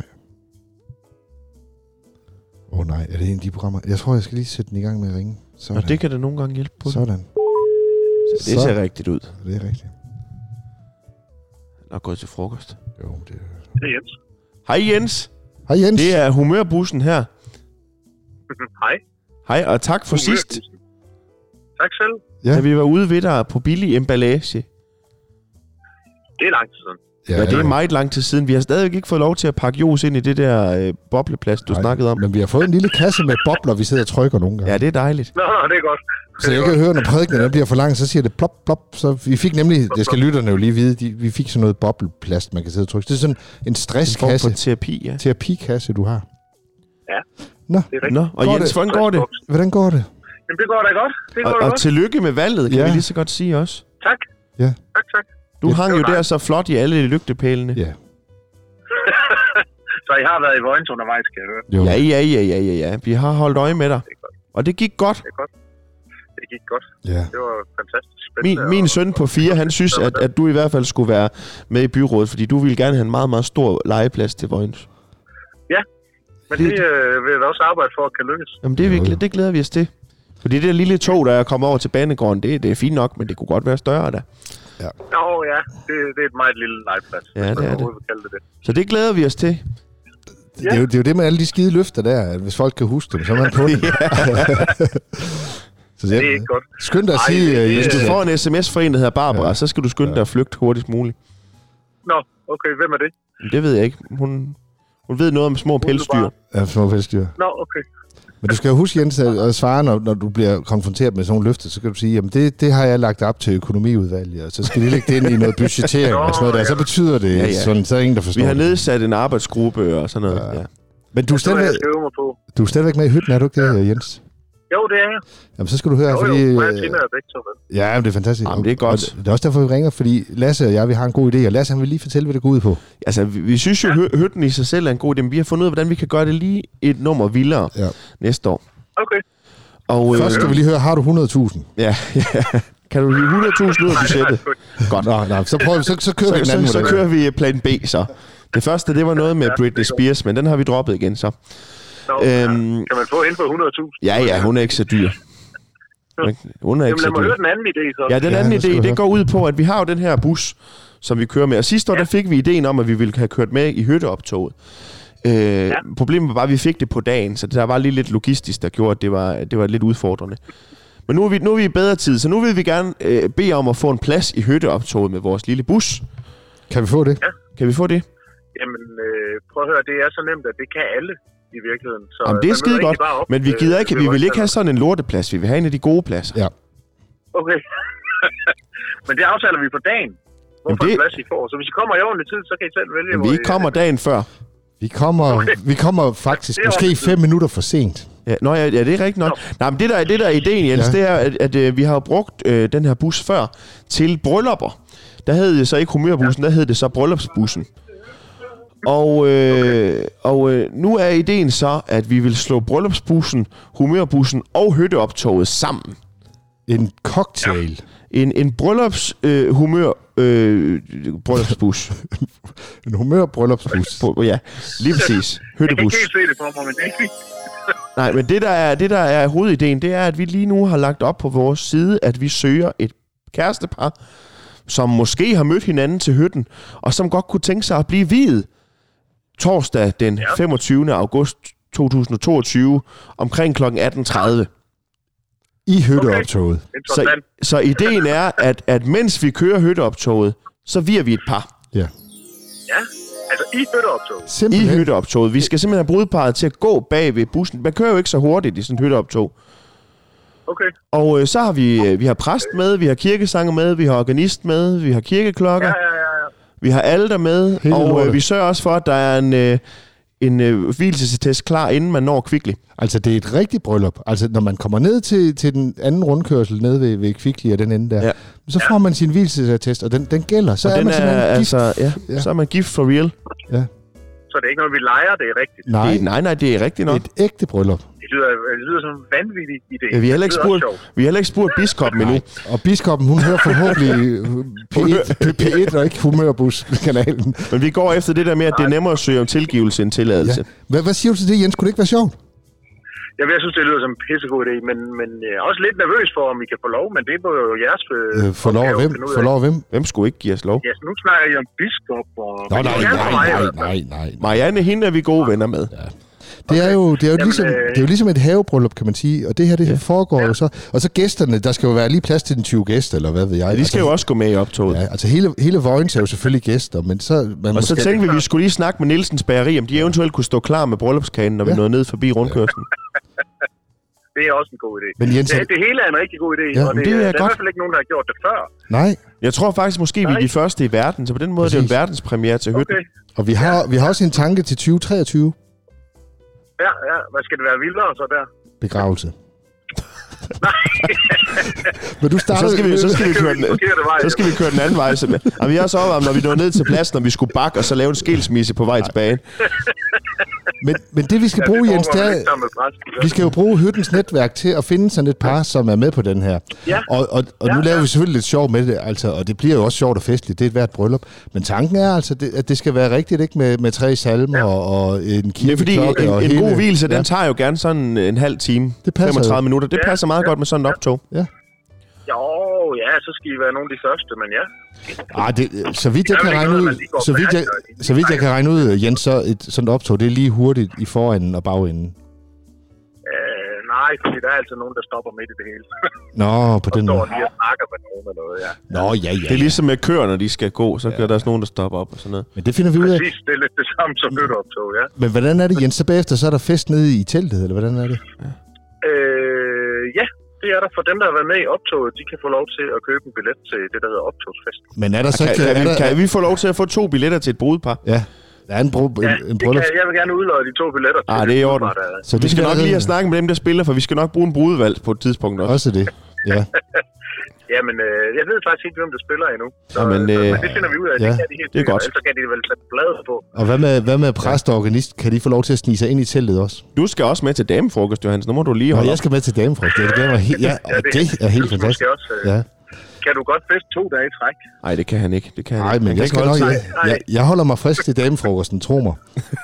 Åh oh, nej, er det en af de programmer? Jeg tror, jeg skal lige sætte den i gang med at ringe. Sådan. Og det kan da nogle gange hjælpe på. Sådan. Så det ser rigtigt ud. Det er rigtigt. Han er gået til frokost. Jo, det er... Det er Jens. Hej Jens. Hej Jens. Det er Humørbussen her. Hej. Hej, og tak for sidst. Tak selv. Ja. Da vi var ude ved dig på billig emballage. Det er lang tid siden. Ja, ja, det er meget lang tid siden. Vi har stadigvæk ikke fået lov til at pakke juice ind i det der øh, bobleplast, du Nej, snakkede om. Men vi har fået en lille kasse med bobler, vi sidder og trykker nogle gange. Ja, det er dejligt. Nå, det er godt. Så jeg kan høre, når prædikenen den bliver for lang, så siger det plop, plop. Så vi fik nemlig, det skal lytterne jo lige vide, de, vi fik sådan noget bobleplast, man kan sidde og trykke. Det er sådan en stresskasse. En terapi, ja. Terapikasse, du har. Ja, Nå. det er rigtigt. Nå, og går Jens, hvordan går det? Hvordan går det? Jamen, det går da godt. Det går og, da og godt. tillykke med valget, kan ja. vi lige så godt sige også. Tak. Ja. Tak, tak. Du ja, hang jo der så flot i alle lygtepælene. Ja. Så I har været i Vojens undervejs, kan jeg høre. Jo. Ja, ja, ja, ja, ja, ja. Vi har holdt øje med dig. Det er godt. Og det gik godt. Det er godt. Det gik godt. Ja. Det var fantastisk spændende. Min, min søn på fire, han synes, at, at du i hvert fald skulle være med i byrådet, fordi du ville gerne have en meget, meget stor legeplads til Vojens. Ja, men det øh, vil jeg også arbejde for, at kan lykkes. Jamen, det, vi, det glæder vi os til. Fordi det der lille tog, der er kommet over til banegården, det, det er fint nok, men det kunne godt være større da. Ja. Nå ja, det, det er et meget lille legeplads. Ja, det er det. det. Så det glæder vi os til. Det, det, er jo, det er jo det med alle de skide løfter der, at hvis folk kan huske dem, så er man på det. Så det, det er ikke godt. Skynd dig at sige... Ej, hvis du får en sms fra en, der hedder Barbara, ja. så skal du skynde dig ja. at flygte hurtigst muligt. Nå, okay, hvem er det? Det ved jeg ikke. Hun, hun ved noget om små pelsdyr. Ja, små pelsdyr. Nå, okay. Men du skal jo huske, Jens, at svare, når, når du bliver konfronteret med sådan nogle løfter, så kan du sige, jamen det, det har jeg lagt op til økonomiudvalget, og så skal vi lægge det ind i noget budgettering og sådan noget der. Så betyder det ja, ja. sådan, så er ingen, der forstår. Vi har nedsat en arbejdsgruppe og sådan noget. Ja. Ja. Men du er, stadigvæk, du er stadigvæk med i hytten, er du ikke det, ja. Jens? Jo, det er jeg. Jamen, så skal du høre, jo, fordi... Jo, jeg timer begge to. Ja, det er fantastisk. Jamen, det er godt. Og det er også derfor, vi ringer, fordi Lasse og jeg, vi har en god idé, og Lasse, han vil lige fortælle, hvad det går ud på. Altså, vi, vi synes jo, ja. hytten i sig selv er en god idé, men vi har fundet ud af, hvordan vi kan gøre det lige et nummer vildere ja. næste år. Okay. Og, Først skal øh, vi lige høre, har du hundrede tusind? Ja, ja. Kan du lige hundrede tusind ud af budgettet? Godt. Nå, nå, så, prøv, så, så kører så, vi en anden så, så kører vi plan B, så. Det første, det var noget med Britney Spears, men den har vi droppet igen, så. Nå, øhm, ja. Kan man få ind for hundrede tusind? Ja, ja, hun er ikke så dyr. Hun er ikke Jamen, lad mig høre den anden idé, så. Ja, den anden ja, idé, det går ud på, at vi har jo den her bus, som vi kører med. Og sidste år, ja. der fik vi ideen om, at vi ville have kørt med i hytteoptoget. Øh, ja. Problemet var bare, at vi fik det på dagen, så der var lige lidt logistisk, der gjorde, at det var, det var lidt udfordrende. Men nu er, vi, nu er vi i bedre tid, så nu vil vi gerne øh, bede om at få en plads i hytteoptoget med vores lille bus. Kan vi få det? Ja. Kan vi få det? Jamen, øh, prøv at høre, det er så nemt, at det kan alle i virkeligheden. Så jamen, det er skide godt, op, men vi gider ikke, vi vil ikke have sådan en lorteplads, vi vil have en af de gode pladser. Ja. Okay. Men det aftaler vi på dagen, hvorfor det... plads I får. Så hvis I kommer i ordentlig tid, så kan I selv vælge, jamen, hvor vi I... kommer dagen før. Vi kommer, okay. vi kommer faktisk måske fem minutter for sent. Ja, nå, ja, ja, det er rigtigt nok. Nå. Nej, men det der, det der er ideen, Jens, ja. det er, at, at, at vi har brugt øh, den her bus før til bryllupper. Der hed det så ikke humørbussen, ja. der hed det så bryllupsbussen. Og, øh, okay. og øh, nu er ideen så, at vi vil slå bryllupsbussen, humørbussen og hytteoptoget sammen. En cocktail. Ja. En, en bryllups øh, humør øh, bryllupsbus. En humør bryllupsbus. Ja, lige præcis. Hyttebus. Jeg kan ikke se det for mig, men det er ikke. Nej, men det der er det der er hovedideen, det er, at vi lige nu har lagt op på vores side, at vi søger et kærestepar, som måske har mødt hinanden til hytten, og som godt kunne tænke sig at blive viet torsdag den ja. femogtyvende august to tusind og toogtyve omkring klokken atten tredive. I hytteoptoget. Okay. Så, så ideen er, at, at mens vi kører hytteoptoget, så vier vi et par. Ja. Ja, altså i hytteoptoget. Simpelthen. I hytteoptoget. Vi skal simpelthen have brudeparret til at gå bag ved bussen. Man kører jo ikke så hurtigt i sådan et hytteoptog. Okay. Og øh, så har vi, vi har præst med, vi har kirkesanger med, vi har organist med, vi har kirkeklokker. Ja, ja, ja. Vi har alle der med, hele og øh, vi sørger også for, at der er en, øh, en øh, vielsesattest klar, inden man når Kvickly. Altså, det er et rigtigt bryllup. Altså, når man kommer ned til, til den anden rundkørsel nede ved, ved Kvickly og den ende der, ja. så får man sin vielsesattest, og den, den gælder. Så og er den man simpelthen er, gift. Altså, ja, ja. Så er man gift for real. Ja. Så det er ikke noget, vi leger, det er rigtigt? Nej, det, nej, nej, det er rigtigt nok. Det er et ægte bryllup. Det lyder, det lyder som en vanvittig idé. Ja, vi har heller ikke spurgt, vi har heller ikke spurgt biskoppen endnu. Og biskoppen, hun hører forhåbentlig P et, P et og ikke Humørbus-kanalen. Men vi går efter det der med, at det er nemmere at søge om tilgivelse end tilladelse. Ja. Hvad, hvad siger du til det, Jens? Kunne det ikke være sjovt? Ja, jeg synes, det lyder som en pissegod idé, men, men jeg er også lidt nervøs for, om I kan få lov, men det er jo jeres øh, for lov af hvem? For lov af hvem? Hvem skulle ikke give os lov? Ja, så nu snakker I om biskop og... Nå, nej, nej, nej, nej, nej. Marianne, hende er vi gode venner med. Ja. Det er jo, det er jo, Jamen, ligesom, øh... det er jo ligesom et havebryllup, kan man sige, og det her, det ja. foregår ja. jo så. Og så gæsterne, der skal jo være lige plads til den tyve gæster, eller hvad ved jeg. Ja, de skal altså, jo også gå med i optoget. Ja, altså hele, hele Vojens er jo selvfølgelig gæster, men så... Man og måske... så tænkte vi, at vi skulle lige snakke med Nielsens Bageri, om de eventuelt kunne stå klar med bryllupskagen, når ja. vi nåede ned forbi rundkørslen. Det er også en god idé. Men Jens, det, det hele er en rigtig god idé, ja, og det, det er, der er godt. i hvert fald ikke nogen, der har gjort det før. Nej. Jeg tror faktisk måske, Nej. vi er de første i verden, så på den måde Præcis. er det en verdenspremiere til hytten. Okay. Og vi har, ja. vi har også en tanke til tyve treogtyve. Ja, ja. Hvad skal det være vildere så der? Begravelse. Nej. Men du starter, så skal vi så skal vi køre den, så skal vi køre den anden vej simpelthen. Og vi har også overvejet, når vi nåede ned til pladsen, når vi skulle bakke og så lave en skilsmisse på vej tilbage. Men, men det vi skal bruge, ja, Jens, det er, vi skal jo bruge hyttens netværk til at finde sådan et par, som er med på den her. Ja. Og, og, og nu ja, laver vi selvfølgelig lidt sjov med det, altså, og det bliver jo også sjovt og festligt. Det er et hvert bryllup. Men tanken er altså, det, at det skal være rigtigt, ikke med, med tre salmer ja. og, og en kirkeklokke. Det er fordi en, en hele, god hvilelse, ja. den tager jo gerne sådan en halv time, det femogtredive minutter. Det ja. passer meget ja. godt med sådan en optog. Ja. Jo, ja, så skal I være nogle af de første, men ja. Ah, det, så vidt jeg kan regne ud, så vidt jeg, så vidt jeg kan regne ud, Jens, så et sådan optog, det er lige hurtigt i forenden og bagenden. Øh, nej, fordi der er altid nogen, der stopper midt i det hele. Nå, på den måde. Og står lige og snakker med nogen eller noget, ja. Nå, ja, ja. Det er ligesom med køer, når de skal gå, så ja. er der også nogen, der stopper op og sådan noget. Men det finder vi ud af. Præcis, det er lidt det samme som nytårsoptog, ja. Men hvordan er det, Jens? Så bagefter, så er der fest nede i teltet, eller hvordan er det? Ja. Øh, ja, det er der. For dem, der har været med i optoget, de kan få lov til at købe en billet til det, der hedder optogsfest. Men er der så... Kan, kan, vi, kan vi få lov til at få to billetter til et brudepar? Ja. Der er en, bro, ja, en, en bryllup. Jeg vil gerne udløje de to billetter til. Ah, det er i orden. Så vi skal nok lige have snakket med dem, der spiller, for vi skal nok bruge en brudevalg på et tidspunkt også. Også det, ja. Ja, men øh, jeg ved faktisk ikke, hvem der spiller endnu. Så, ja, men, øh, øh, men det finder vi ud af. Ja, det kan de helt det er godt. Ellers så kan de vel sætte bladet på. Og hvad med, hvad med præst og organist? Kan de få lov til at snige sig ind i teltet også? Du skal også med til damefrokost, Johannes. Nu må du lige holde. Og jeg skal med til damefrokost. Det, det, he- ja, ja, det, det er helt fantastisk. Også, øh, ja. Kan du godt feste to dage i træk? Nej, det kan han ikke. Det kan han Ej, ikke. men jeg, skal nok, jeg, jeg, jeg holder mig frisk til damefrokosten, tro mig.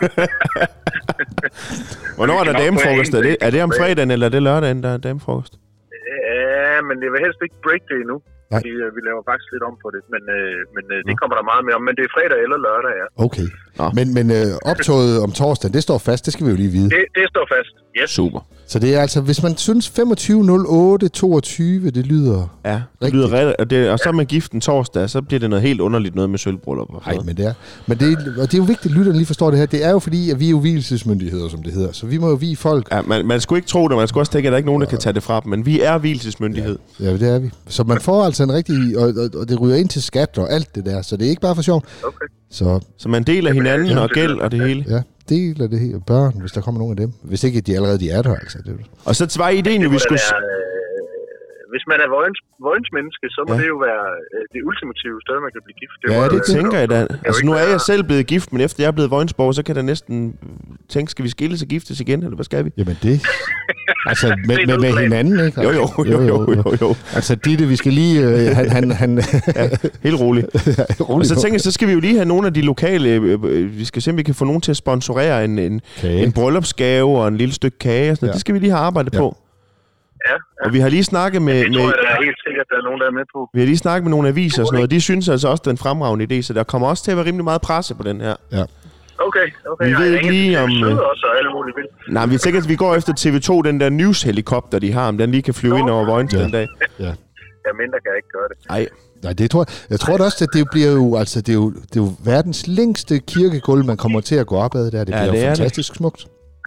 Hvornår er der damefrokost? Er det, er det om fredagen, eller er det lørdagen, der er damefrokost? Ja, men jeg vil helst ikke break det endnu. Nej. Fordi øh, vi laver faktisk lidt om på det. Men, øh, men øh, det kommer der meget mere om. Men det er fredag eller lørdag, ja. Okay. Men, men øh, optoget om torsdagen, det står fast. Det skal vi jo lige vide. Det, det står fast. Yes. Super. Så det er altså, hvis man synes femogtyve nul otte toogtyve, det lyder Ja, det lyder rigtigt. Og, det, og så med giften torsdag, så bliver det noget helt underligt noget med sølvbryllup. Nej, men det er. Men det, og det er jo vigtigt, at lytterne lige forstår det her. Det er jo fordi, at vi er jo vielsesmyndigheder, som det hedder. Så vi må jo vie folk. Ja, man, man skulle ikke tro det, man skulle også tænke, at der er ikke nogen, der kan tage det fra dem. Men vi er vielsesmyndighed. Ja, ja, det er vi. Så man får altså en rigtig, og, og, og det ryger ind til skat og alt det der. Så det er ikke bare for sjov. Okay. Så, så man deler hinanden ja, og gæld og det hele. Ja, deler det hele. Børn, hvis der kommer nogen af dem. Hvis ikke de allerede de er der, altså. Det. Og så var ideen jo, vi skulle... Være, øh, hvis man er voldsmenneske, så må ja. det jo være øh, det ultimative sted, man kan blive gift. Det ja, det være, tænker jeg da. Altså nu er jeg selv blevet gift, men efter jeg er blevet Vojensborg, så kan der næsten tænke, skal vi skilles og giftes igen, eller hvad skal vi? Jamen det... Altså med, med, med hinanden, ikke? Jo, jo, jo, jo, jo, jo. Altså Ditte, vi skal lige... Øh, han, han, han ja, helt roligt. ja, roligt. Og så tænker jeg, så skal vi jo lige have nogle af de lokale... Øh, vi skal se, om vi kan få nogen til at sponsorere en, en, en bryllupsgave og en lille stykke kage. Og sådan ja. Det skal vi lige have arbejdet ja. på. Ja, ja. Og vi har lige snakket med... Det tror jeg, der er helt sikkert, der er nogen, der er med på. Vi har lige snakket med nogle aviser og sådan noget. De synes altså også, det er en fremragende idé, så der kommer også til at være rimelig meget presse på den her. Ja. Okay, okay. Vi ved ikke lige om... Også, alle mulige vil. Nej, vi tænker, at vi går efter T V to, den der news-helikopter, de har, om den lige kan flyve ind over Vojens ja. den dag. Ja. Ja, mindre kan jeg ikke gøre det. Nej. Nej, det tror jeg. Jeg tror da også, at det bliver jo, altså, det er jo, det er jo verdens længste kirkegulv, man kommer til at gå op ad der. Det ja, bliver det jo fantastisk det. smukt.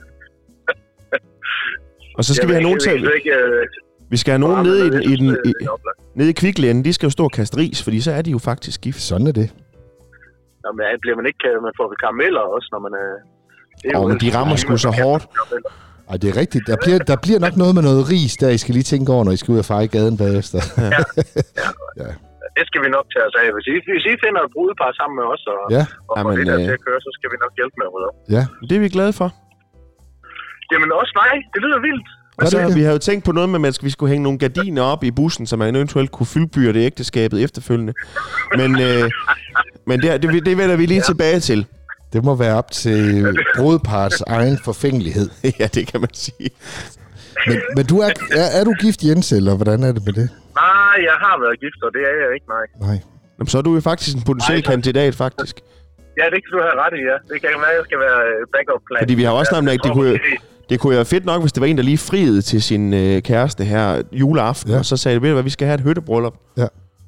Og så skal vi have nogen til... Vi skal have nogen nede i, den, i, den, i, nede i Kviklænden, de skal jo stå og kaste ris, fordi så er de jo faktisk gift. Sådan er det. Nå, men bliver man ikke... Man får karameller også, når man er... Åh, oh, men de rammer sgu så hårdt. Ej, det er rigtigt. Der bliver, der bliver nok noget med noget ris, der I skal lige tænke over, når I skal ud og fare i gaden bagefter. Ja. ja. ja. Det skal vi nok tage os af. Hvis I, hvis I finder et brudepar sammen med os, og, ja. og får det der til at køre, så skal vi nok hjælpe med at rydde op. Ja. Det er vi glade for. Jamen også nej. Det lyder vildt. Og så vi har jo tænkt på noget med, at vi skulle hænge nogle gardiner op i bussen, så man eventuelt kunne fyldbyre det ægteskabet efterfølgende. Men, øh, men det, det, det vender vi lige ja. tilbage til. Det må være op til brudeparts egen forfængelighed. Ja, det kan man sige. Men, men du er, er, er du gift, Jens, eller hvordan er det med det? Nej, jeg har været gift, og det er jeg ikke, nej. Nej. Jamen, så er du jo faktisk en potentiel kandidat, faktisk. Ja, det kan du have ret i, ja. Det kan være, at jeg skal være backup plan. Fordi vi har også snart ja, det kunne det kunne være fedt nok, hvis det var en, der lige friede til sin øh, kæreste her juleaften, ja. Og så sagde det, ved du hvad, vi skal have et hyttebryllup. Ja.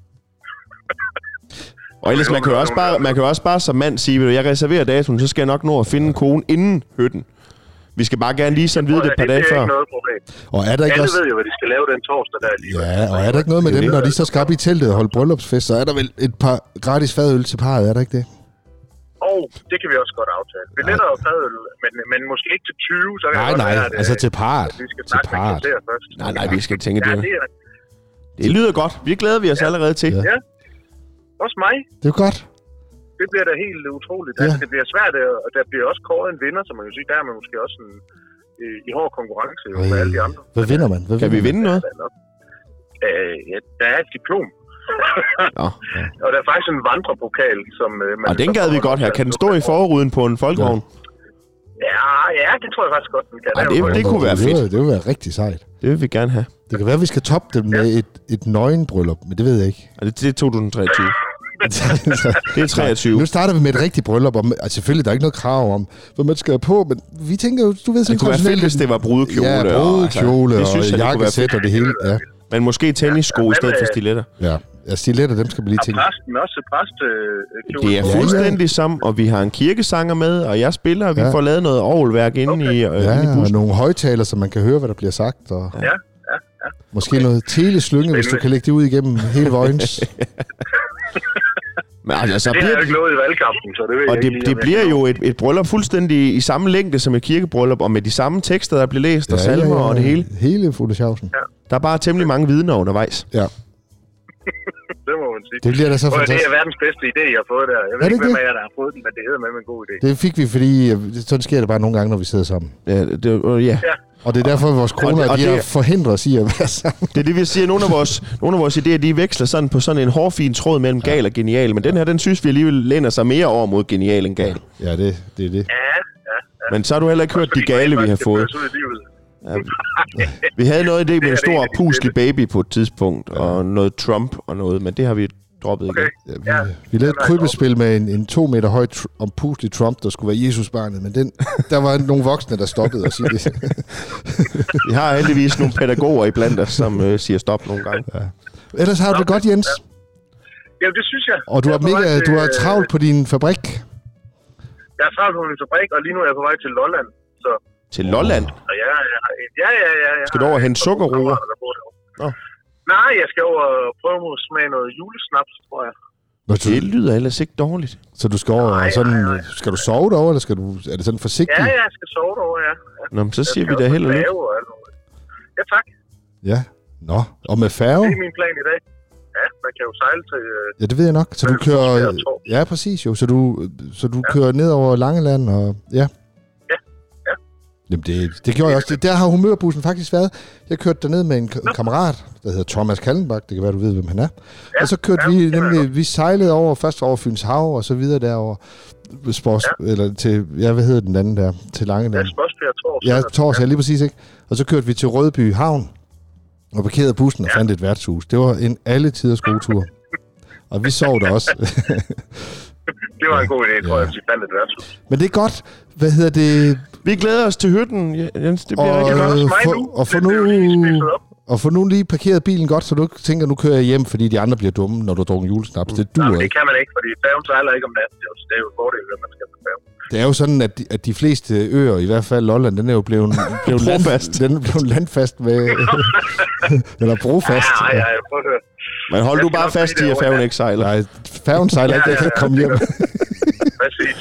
Og ellers, man kan jo også bare, man kan jo også bare som mand sige, jeg reserverer datoen, så skal jeg nok nå at finde en kone inden hytten. Vi skal bare gerne lige sådan vide det et par dage før. Det er ikke noget problem. Og er der ikke Alle også... ved jo, hvad de skal lave den torsdag der alligevel. Ja, og er der ikke noget med dem, når de så skal op i teltet og holde bryllupsfest, så er der vel et par gratis fadøl til parret, er der ikke det? Åh, oh, det kan vi også godt aftale. Vi letter og fadøl, men, men måske ikke til tyve, så kan nej, det nej, være, at, altså til parret. Vi skal snakke med kvarter først. Nej, nej, vi skal tænke ja, det. Det, er... det lyder godt. Vi glæder vi os ja. allerede til. Ja. ja, også mig. Det er godt. Det bliver da helt utroligt. Ja. Altså, det bliver svært, og der bliver også kåret en vinder, så man kan sige, der er man måske også en, i, i hård konkurrence jo, med alle de andre. Hvad vinder man? Hvad kan vinder vi vinde noget? Øh, ja, der er et diplom. Nå, ja. Og der er faktisk en vandrepokal, som... Øh, man og den gad vi godt her. Kan den stå i forruden på en folkevogn? Ja, ja, det tror jeg faktisk godt, den kan. Ej, det, det, det kunne være fedt. Det, det vil være rigtig sejt. Det vil vi gerne have. Det kan være, at vi skal toppe det med ja. et, et nøgenbryllup, men det ved jeg ikke. Og det, det er to tusind treogtyve. Det er treogtyve. Nu starter vi med et rigtigt bryllup, og altså, selvfølgelig der er ikke noget krav om, hvad man skal have på, men vi tænker jo, du ved... Det kunne være fedt, hvis det var brudekjole. Ja, brudekjole og, og, og jakkesæt og det hele, ja. Men måske tennissko i stedet for stiletter. Ja, ja, stiletter, dem skal vi lige tænke. Og præsten også præstkjole. Det er fuldstændig sammen, og vi har en kirkesanger med, og jeg spiller, og vi ja. får lavet noget orgelværk inde okay. i, øh, ja, inde i og nogle højtaler, så man kan høre, hvad der bliver sagt. Og ja, ja, ja. Måske okay. noget teleslynge, hvis du kan lægge det ud igennem hele Vojens. Men altså, så det bliver er jo ikke noget i valgkampen, så det ved og jeg det, ikke. det bliver jo et, et bryllup fuldstændig i samme længde som et kirkebryllup, og med de samme tekster, der bliver læst, og ja, salmer ja, ja, og det hele. Hele fulde sjovsen. Ja. Der er bare temmelig mange vidner undervejs. Ja. Det må man sige. Det bliver da så Prøv, fantastisk. Det er verdens bedste idé, jeg har fået der. Jeg ved ikke, hvem af jer, der har fået den, men det hedder med en god idé. Det fik vi, fordi sådan sker det bare nogle gange, når vi sidder sammen. Ja, det, uh, ja. ja. Og det er derfor, at vores kroner, og det, og de det, har forhindret os i at være sammen. Det er det, vi siger. Nogle af vores, nogle af vores idéer, de veksler sådan på sådan en hårfin tråd mellem ja. gal og genial. Men den her, den synes vi alligevel læner sig mere over mod genial end gal. Ja, det, det er det. Ja, ja, ja. Men så har du heller ikke hørt de gale, vi har fået. Ja, vi havde noget idé med en stor puslig baby på et tidspunkt, ja. og noget Trump og noget, men det har vi droppet okay. igen. Ja, vi, ja. vi lavede et krybespil med en, en to meter høj tr- om puslig Trump, der skulle være Jesusbarnet, men den, der var nogle voksne, der stoppede og sige det. Vi har heldigvis nogle pædagoger iblandt os, som øh, siger stop nogle gange. Ja. Ellers har du det godt, Jens. Ja, det synes jeg. Og du har mega, du har travlt på din fabrik. Jeg har travlt på min fabrik, og lige nu er jeg på vej til Lolland. Så. Til Lolland? Og ja, ja, ja, ja, ja, ja. Skal du over og hente sukkerroer? Nå. Nej, jeg skal over og prøve at smage noget julesnaps, tror jeg. Det lyder ellers ikke dårligt. Så du skal over nej, sådan, nej, nej. Skal du sove derovre, eller skal du, er det sådan forsigtigt? Ja, jeg skal sove derovre, ja. ja. Nå, men så siger vi da held og lykke. Ja, tak. Ja, nå. Og med færge? Det er min plan i dag. Ja, man kan jo sejle til... Ja, det ved jeg nok. Så du kører... Ja, præcis jo. Så du, så du ja. kører ned over Langeland og... Ja. Jamen, det, det gjorde jeg også. Der har humørbussen faktisk været. Jeg kørte derned med en k- kammerat, der hedder Thomas Kallenbach. Det kan være, du ved, hvem han er. Ja, og så kørte ja, vi nemlig... Vi sejlede over, først over Fyns Hav, og så videre derover Sports, ja. Eller til... Ja, hvad hedder den anden der? Til Langeland. Ja, Sportsbjerg Tors. Ja, Tors, ja, lige præcis, ikke? Og så kørte vi til Rødby Havn og parkerede bussen og ja. fandt et værtshus. Det var en alle tiders gode tur. Og vi sov der også. Det var en god idé, tror jeg, at vi fandt et værtshus. Men det er godt. Hvad hedder det... Vi glæder os til hytten, Jens. Det bliver og, rigtig godt. For, nu. Og for nu... Og for nu lige parkeret bilen godt, så du ikke tænker, nu kører jeg hjem, fordi de andre bliver dumme, når du drukker julesnaps. Det duer ikke. Det kan man ikke, fordi færgen sejler ikke om natten. Det er jo fordel, at man skal på færgen. Det er jo sådan, at de, at de fleste øer, i hvert fald Lolland, den er jo blevet, blevet, landfast. Den er blevet landfast med... eller brofast. Ja, ja, ja, prøv at høre. Men hold du bare fast i, at færgen ikke sejler. Nej, færgen sejler ikke, jeg kan ikke komme hjem. Præcis.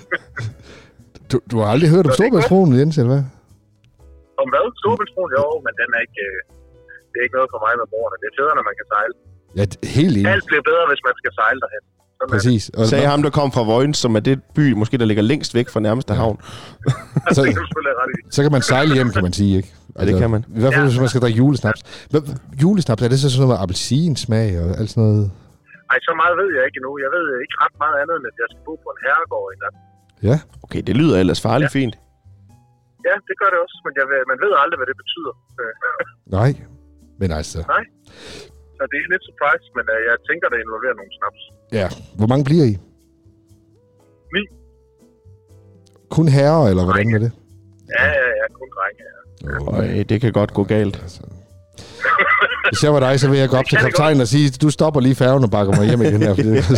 Du, du har aldrig hørt om Storebæltsbroen, Jens, eller hvad? Om hvad? Storebæltsbroen? Jo, men den er ikke... Det er ikke noget for mig med broerne. Det er federe, når man kan sejle. Ja, helt enig. Alt bliver bedre, hvis man skal sejle derhen. Sådan præcis. Og sagde ham, der kom fra Vojens, som er det by, måske der ligger længst væk fra nærmeste havn. så, så kan man sejle hjem, kan man sige, ikke? Altså, ja, det kan man. I hvert fald, ja. Hvis man skal drikke julesnaps. Julesnaps, er det så sådan noget appelsinsmag og alt sådan noget? Nej, så meget ved jeg ikke endnu. Jeg ved ikke ret meget andet, end at jeg skal bo på en herregård i dag. Ja. Okay, det lyder ellers farligt ja. fint. Ja, det gør det også, men jeg ved, man ved aldrig, hvad det betyder. Nej, men altså... Nej, så det er lidt surprise, men uh, jeg tænker, der involverer nogle snaps. Ja, hvor mange bliver I? Ni. Kun herrer, eller hvordan er det? Ja, ja, ja, kun drenge, ja. Oh, Øj, det kan godt gå galt. Altså. Hvis jeg var dig, så vil jeg gå op til kaptajnen og sige, du stopper lige færgen og bakker mig hjem igen her.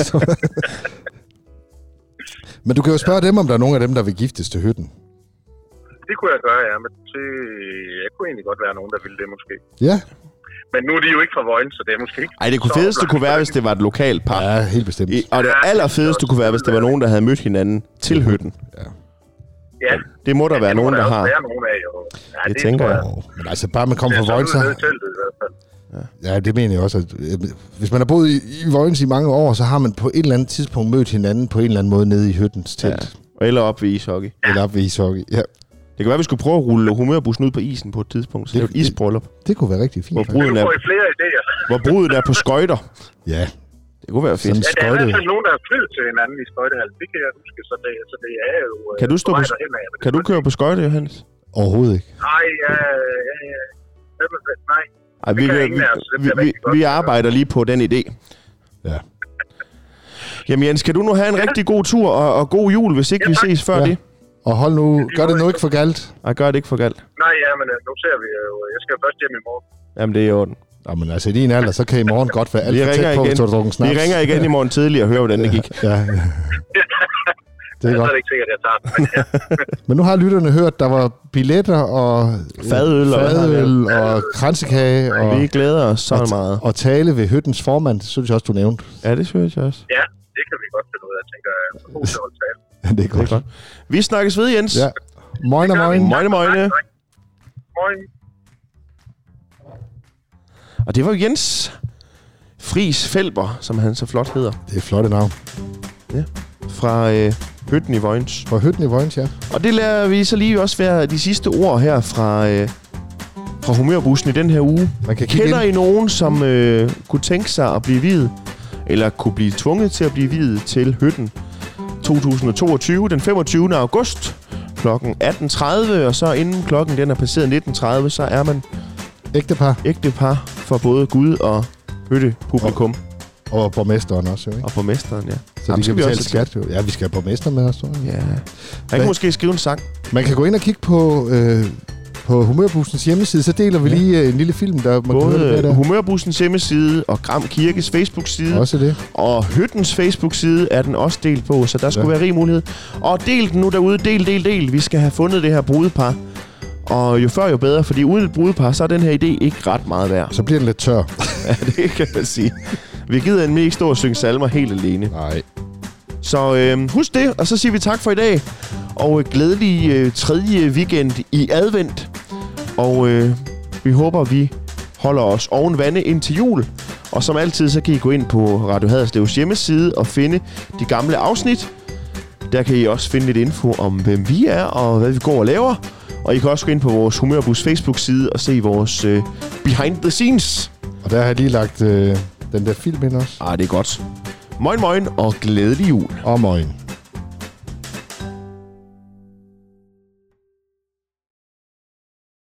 Men du kan jo spørge dem, om der er nogen af dem, der vil giftes til hytten. Det kunne jeg gøre, ja. Men det... jeg kunne egentlig godt være nogen, der ville det måske. Ja. Men nu er de jo ikke fra Vojens, så det er måske ikke... Ej, det kunne fedeste kunne være, hvis det var et lokalt par. Ja, helt bestemt. I, og det allerfedeste kunne være, hvis det var nogen, der havde mødt hinanden til hytten. Ja. Ja. Det må der ja, være nogen, der, der har. Være nogen af, jo. Ja, det, det tænker jeg. jeg. Men altså, bare man kommer fra Vojens, så... Ja. ja, det mener jeg også. At, hvis man har boet i, i Vojens i mange år, så har man på et eller andet tidspunkt mødt hinanden på en eller anden måde nede i hyttens telt. Ja. Eller op ved ishockey. Ja. Eller op ved ishockey, ja. Det kan være, vi skulle prøve at rulle humørbussen ud på isen på et tidspunkt. Så det er et isbryllup. Det kunne være rigtig fint. Hvor bruden er, flere idéer. Hvor bruden er på skøjter. Ja. Det kunne være fedt. Ja, der er i hvert fald nogen, der er flyttet til hinanden i skøjtehallen. Det kan jeg huske, så det, så det er jo... Kan du, stå på, af, kan du køre på skøjter, Johannes? Overhovedet ikke. Nej, ja, ja, ja. Nej. Ej, vi, vi, vi, vi, vi, vi arbejder lige på den idé. Ja. Jamen Jens, kan du nu have en ja. rigtig god tur og, og god jul, hvis ikke ja, vi ses før ja. det? Og hold nu, gør det nu ikke for galt. Nej, gør det ikke for galt. Nej, ja, men nu ser vi jo. Jeg skal først hjem i morgen. Jamen, det er i orden. Jamen altså, i din alder, så kan i morgen godt være alt for tæt på, hvis du har drukket snaps. Vi ringer igen i morgen tidlig og hører, hvordan det gik. Ja, ja. Det er ja, godt. Så er det ikke sikkert, at jeg tager det. Men nu har lytterne hørt, der var billetter og fadøl, fadøl og, og kransekage. Og, vi glæder os så og, meget. Og tale ved hyttens formand, det synes jeg også, du nævnte. Ja, det synes jeg også. Ja, det kan vi godt finde ud af, tænker jeg. God til at holde tale. Ja, det er godt. Det er godt. Vi snakkes ved, Jens. Ja. Moin, moin. Moin, moin. Moin. Og det var Jens Friis Felber, som han så flot hedder. Det er et flotte navn. Ja. Fra øh, Hytten i Vojens. Fra Hytten i Vojens, ja. Og det lader vi så lige også være de sidste ord her fra, øh, fra Humørbussen i den her uge. Man kan Kender ind. I nogen, som øh, kunne tænke sig at blive viet, eller kunne blive tvunget til at blive viet til Hytten to tusind toogtyve, den femogtyvende august klokken atten tredive, og så inden klokken den er passeret nitten tredive, så er man ægtepar. ægtepar for både Gud og hyttepublikum. Og, og borgmesteren også, jo, ikke? Og borgmesteren, ja. Så Ham de kan vi betale også skat, jo. Ja, vi skal have borgmester med os, tror jeg. Ja. Han kan måske skrive en sang. Man kan gå ind og kigge på... Øh, På Humørbussens hjemmeside, så deler vi ja. lige en lille film, der man både kan høre det der. Humørbussens hjemmeside og Gram Kirkes Facebook-side. Også det. Og Hyttens Facebook-side er den også delt på, så der skulle ja. være rig mulighed. Og del den nu derude, del, del, del. Vi skal have fundet det her brudepar. Og jo før, jo bedre, fordi uden et brudepar, så er den her idé ikke ret meget værd. Så bliver den lidt tør. Ja, det kan jeg sige. Vi gider nemlig ikke stå og synge salmer helt alene. Nej. Så øh, husk det, og så siger vi tak for i dag. Og øh, glædelig øh, tredje weekend i advent. Og øh, vi håber, vi holder os oven vande ind til jul. Og som altid, så kan I gå ind på Radio Haderslevs hjemmeside og finde de gamle afsnit. Der kan I også finde lidt info om, hvem vi er og hvad vi går og laver. Og I kan også gå ind på vores Humørbus Facebook-side og se vores øh, behind the scenes. Og der har jeg lige lagt øh, den der film ind også. Ah, det er godt. Moin moin og glædelig jul. Og moin.